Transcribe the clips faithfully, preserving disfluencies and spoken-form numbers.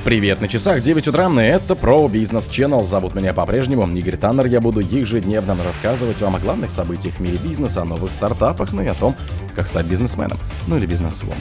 Привет, на часах девять утра, и это Pro Business Channel. Зовут меня по-прежнему Игорь Таннер. Я буду ежедневно рассказывать вам о главных событиях в мире бизнеса, о новых стартапах, ну и о том, как стать бизнесменом, ну или бизнесвумен.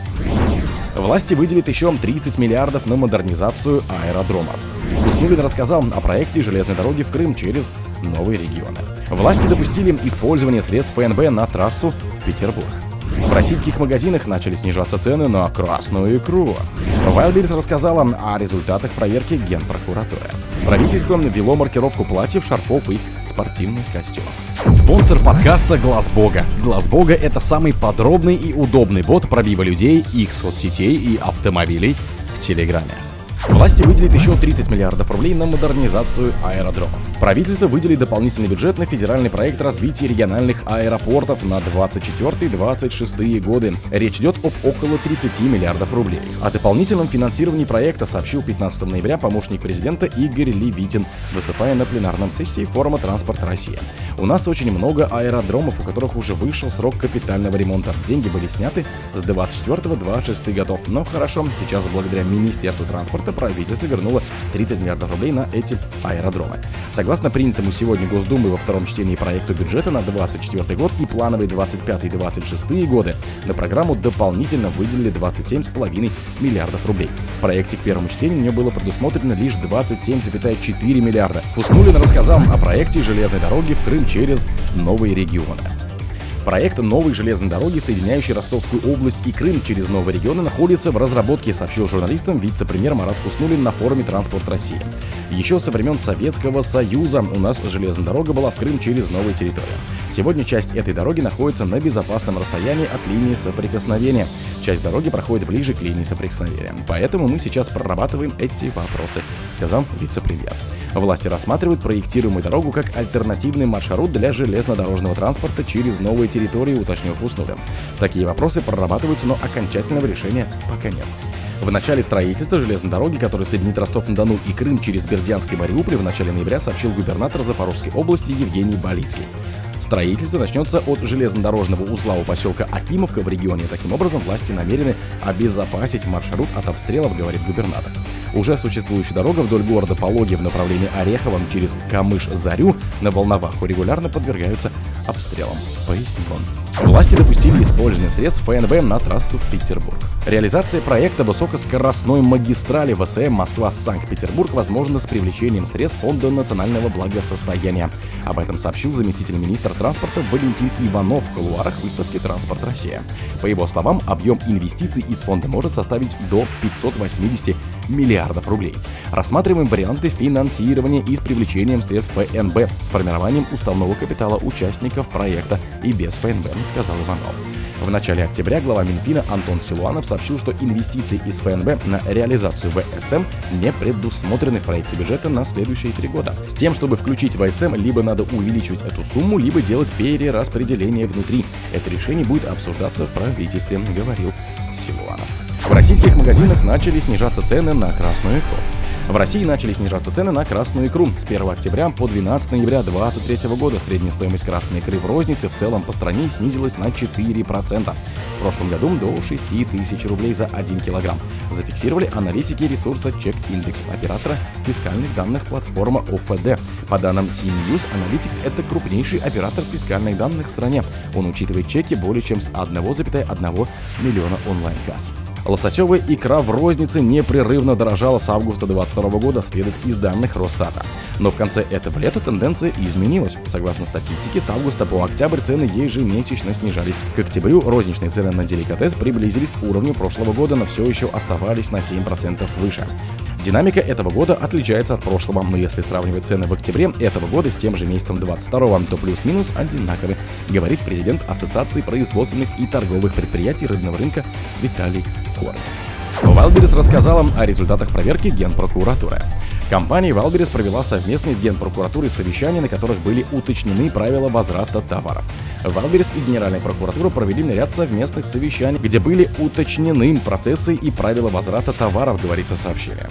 Власти выделят еще тридцать миллиардов на модернизацию аэродромов. Хуснуллин рассказал о проекте железной дороги в Крым через новые регионы. Власти допустили использование средств эф эн бэ на трассу в Петербург. В российских магазинах начали снижаться цены на красную икру. Wildberries рассказала о результатах проверки Генпрокуратуры. Правительство ввело маркировку платьев, шарфов и спортивных костюмов. Спонсор подкаста Глаз Бога. Глаз Бога — это самый подробный и удобный бот пробива людей, их соцсетей и автомобилей в Телеграме. Власти выделят еще тридцать миллиардов рублей на модернизацию аэродромов. Правительство выделит дополнительный бюджет на федеральный проект развития региональных аэропортов на двадцать четвёртый — двадцать шестые годы. Речь идет об около тридцати миллиардов рублей. О дополнительном финансировании проекта сообщил пятнадцатого ноября помощник президента Игорь Левитин, выступая на пленарном сессии форума «Транспорт Россия». У нас очень много аэродромов, у которых уже вышел срок капитального ремонта. Деньги были сняты с двадцать четвёртого — двадцать шестых годов. Но хорошо, сейчас благодаря Министерству транспорта правительство вернуло тридцать миллиардов рублей на эти аэродромы. Согласно принятому сегодня Госдумой во втором чтении проекту бюджета на двадцать четвёртый год и плановые двадцать пятый — двадцать шестые годы, на программу дополнительно выделили двадцать семь целых пять десятых миллиардов рублей. В проекте к первому чтению не было предусмотрено лишь двадцать семь целых четыре миллиарда. Хуснуллин рассказал о проекте железной дороги в Крым через новые регионы. Проект новой железной дороги, соединяющей Ростовскую область и Крым через новые регионы, находится в разработке, сообщил журналистам вице-премьер Марат Хуснуллин на форуме «Транспорт России». Еще со времен Советского Союза у нас железная дорога была в Крым через новые территории. Сегодня часть этой дороги находится на безопасном расстоянии от линии соприкосновения. Часть дороги проходит ближе к линии соприкосновения. Поэтому мы сейчас прорабатываем эти вопросы, сказал вице-премьер. Власти рассматривают проектируемую дорогу как альтернативный маршрут для железнодорожного транспорта через новые территории, уточнил Хуснуллин. Такие вопросы прорабатываются, но окончательного решения пока нет. В начале строительства железной дороги, которая соединит Ростов-на-Дону и Крым через Бердянск и Мариуполь, в начале ноября сообщил губернатор Запорожской области Евгений Балицкий. Строительство начнется от железнодорожного узла у поселка Акимовка в регионе. Таким образом, власти намерены обезопасить маршрут от обстрелов, говорит губернатор. Уже существующая дорога вдоль города Пологи в направлении Орехова через Камыш-Зарю на Волноваху регулярно подвергаются обстрелам, пояснил он. Власти допустили использование средств эф эн бэ на трассу в Петербург. Реализация проекта высокоскоростной магистрали вэ эс эм Москва-Санкт-Петербург возможна с привлечением средств Фонда национального благосостояния. Об этом сообщил заместитель министра транспорта Валентин Иванов в кулуарах выставки «Транспорт Россия». По его словам, объем инвестиций из фонда может составить до пятисот восьмидесяти миллиардов рублей. Рассматриваем варианты финансирования и с привлечением средств эф эн бэ, с формированием уставного капитала участников проекта и без эф эн бэ, сказал Иванов. В начале октября глава Минфина Антон Силуанов сообщил, что инвестиции из эф эн бэ на реализацию вэ эс эм не предусмотрены в проекте бюджета на следующие три года. С тем, чтобы включить вэ эс эм, либо надо увеличивать эту сумму, либо делать перераспределение внутри. Это решение будет обсуждаться в правительстве, говорил Силуанов. В российских магазинах начали снижаться цены на красную икру. В России начали снижаться цены на красную икру. С первого октября по двенадцатого ноября две тысячи двадцать третьего года средняя стоимость красной икры в рознице в целом по стране снизилась на четыре процента. В прошлом году до шести тысяч рублей за один килограмм. Зафиксировали аналитики ресурса Check Index оператора фискальных данных платформа о эф дэ. По данным си ньюс Analytics, это крупнейший оператор фискальных данных в стране. Он учитывает чеки более чем с одного целых одного миллиона онлайн-касс. Лососевая икра в рознице непрерывно дорожала с августа двадцать второго года, следует из данных Росстата. Но в конце этого лета тенденция изменилась. Согласно статистике, с августа по октябрь цены ежемесячно снижались. К октябрю розничные цены на деликатес приблизились к уровню прошлого года, но все еще оставались на семь процентов выше. Динамика этого года отличается от прошлого, но если сравнивать цены в октябре этого года с тем же месяцем двадцать второго, то плюс-минус одинаковы, говорит президент Ассоциации производственных и торговых предприятий рыбного рынка Виталий Корнев. Wildberries рассказала о результатах проверки Генпрокуратуры. Компания Wildberries провела совместные с Генпрокуратурой совещания, на которых были уточнены правила возврата товаров. Wildberries и Генеральная прокуратура провели ряд совместных совещаний, где были уточнены процессы и правила возврата товаров, говорится в сообщении. В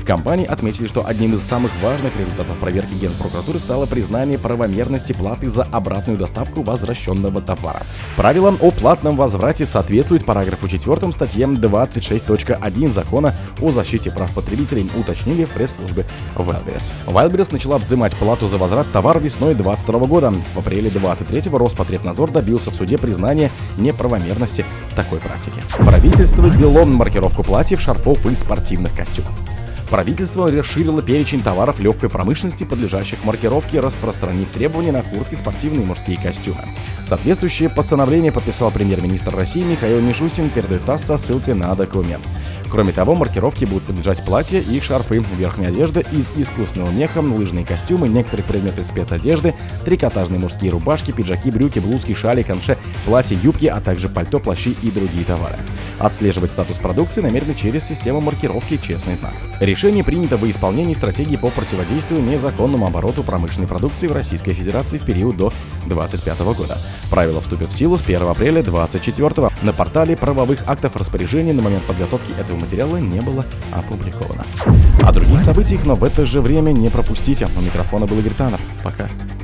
компании отметили, что одним из самых важных результатов проверки Генпрокуратуры стало признание правомерности платы за обратную доставку возвращенного товара. Правилам о платном возврате соответствует параграфу четвёртом статье двадцать шесть точка один Закона о защите прав потребителей, уточнили в пресс-службе Wildberries. Wildberries начала взимать плату за возврат товара весной двадцать второго года. В апреле двадцать третьего Роспотребнадзор добился в суде признания неправомерности такой практики. Правительство ввело маркировку платьев, шарфов и спортивных костюмов. Правительство расширило перечень товаров легкой промышленности, подлежащих маркировке, распространив требования на куртки, спортивные и мужские костюмы. Соответствующее постановление подписал премьер-министр России Михаил Мишустин, передает ТАСС со ссылкой на документ. Кроме того, маркировке будут подлежать платья и шарфы, верхняя одежда из искусственного меха, лыжные костюмы, некоторые предметы спецодежды, трикотажные мужские рубашки, пиджаки, брюки, блузки, шали, канше, платья, юбки, а также пальто, плащи и другие товары. Отслеживать статус продукции намерены через систему маркировки «Честный знак». Решение принято во исполнении стратегии по противодействию незаконному обороту промышленной продукции в Российской Федерации в период до двадцать пятого года. Правила вступят в силу с первого апреля двадцать четвёртого. На портале правовых актов распоряжения на момент подготовки этого материала не было опубликовано. О других событиях, но в это же время не пропустите. У микрофона был Игорь Таннер. Пока.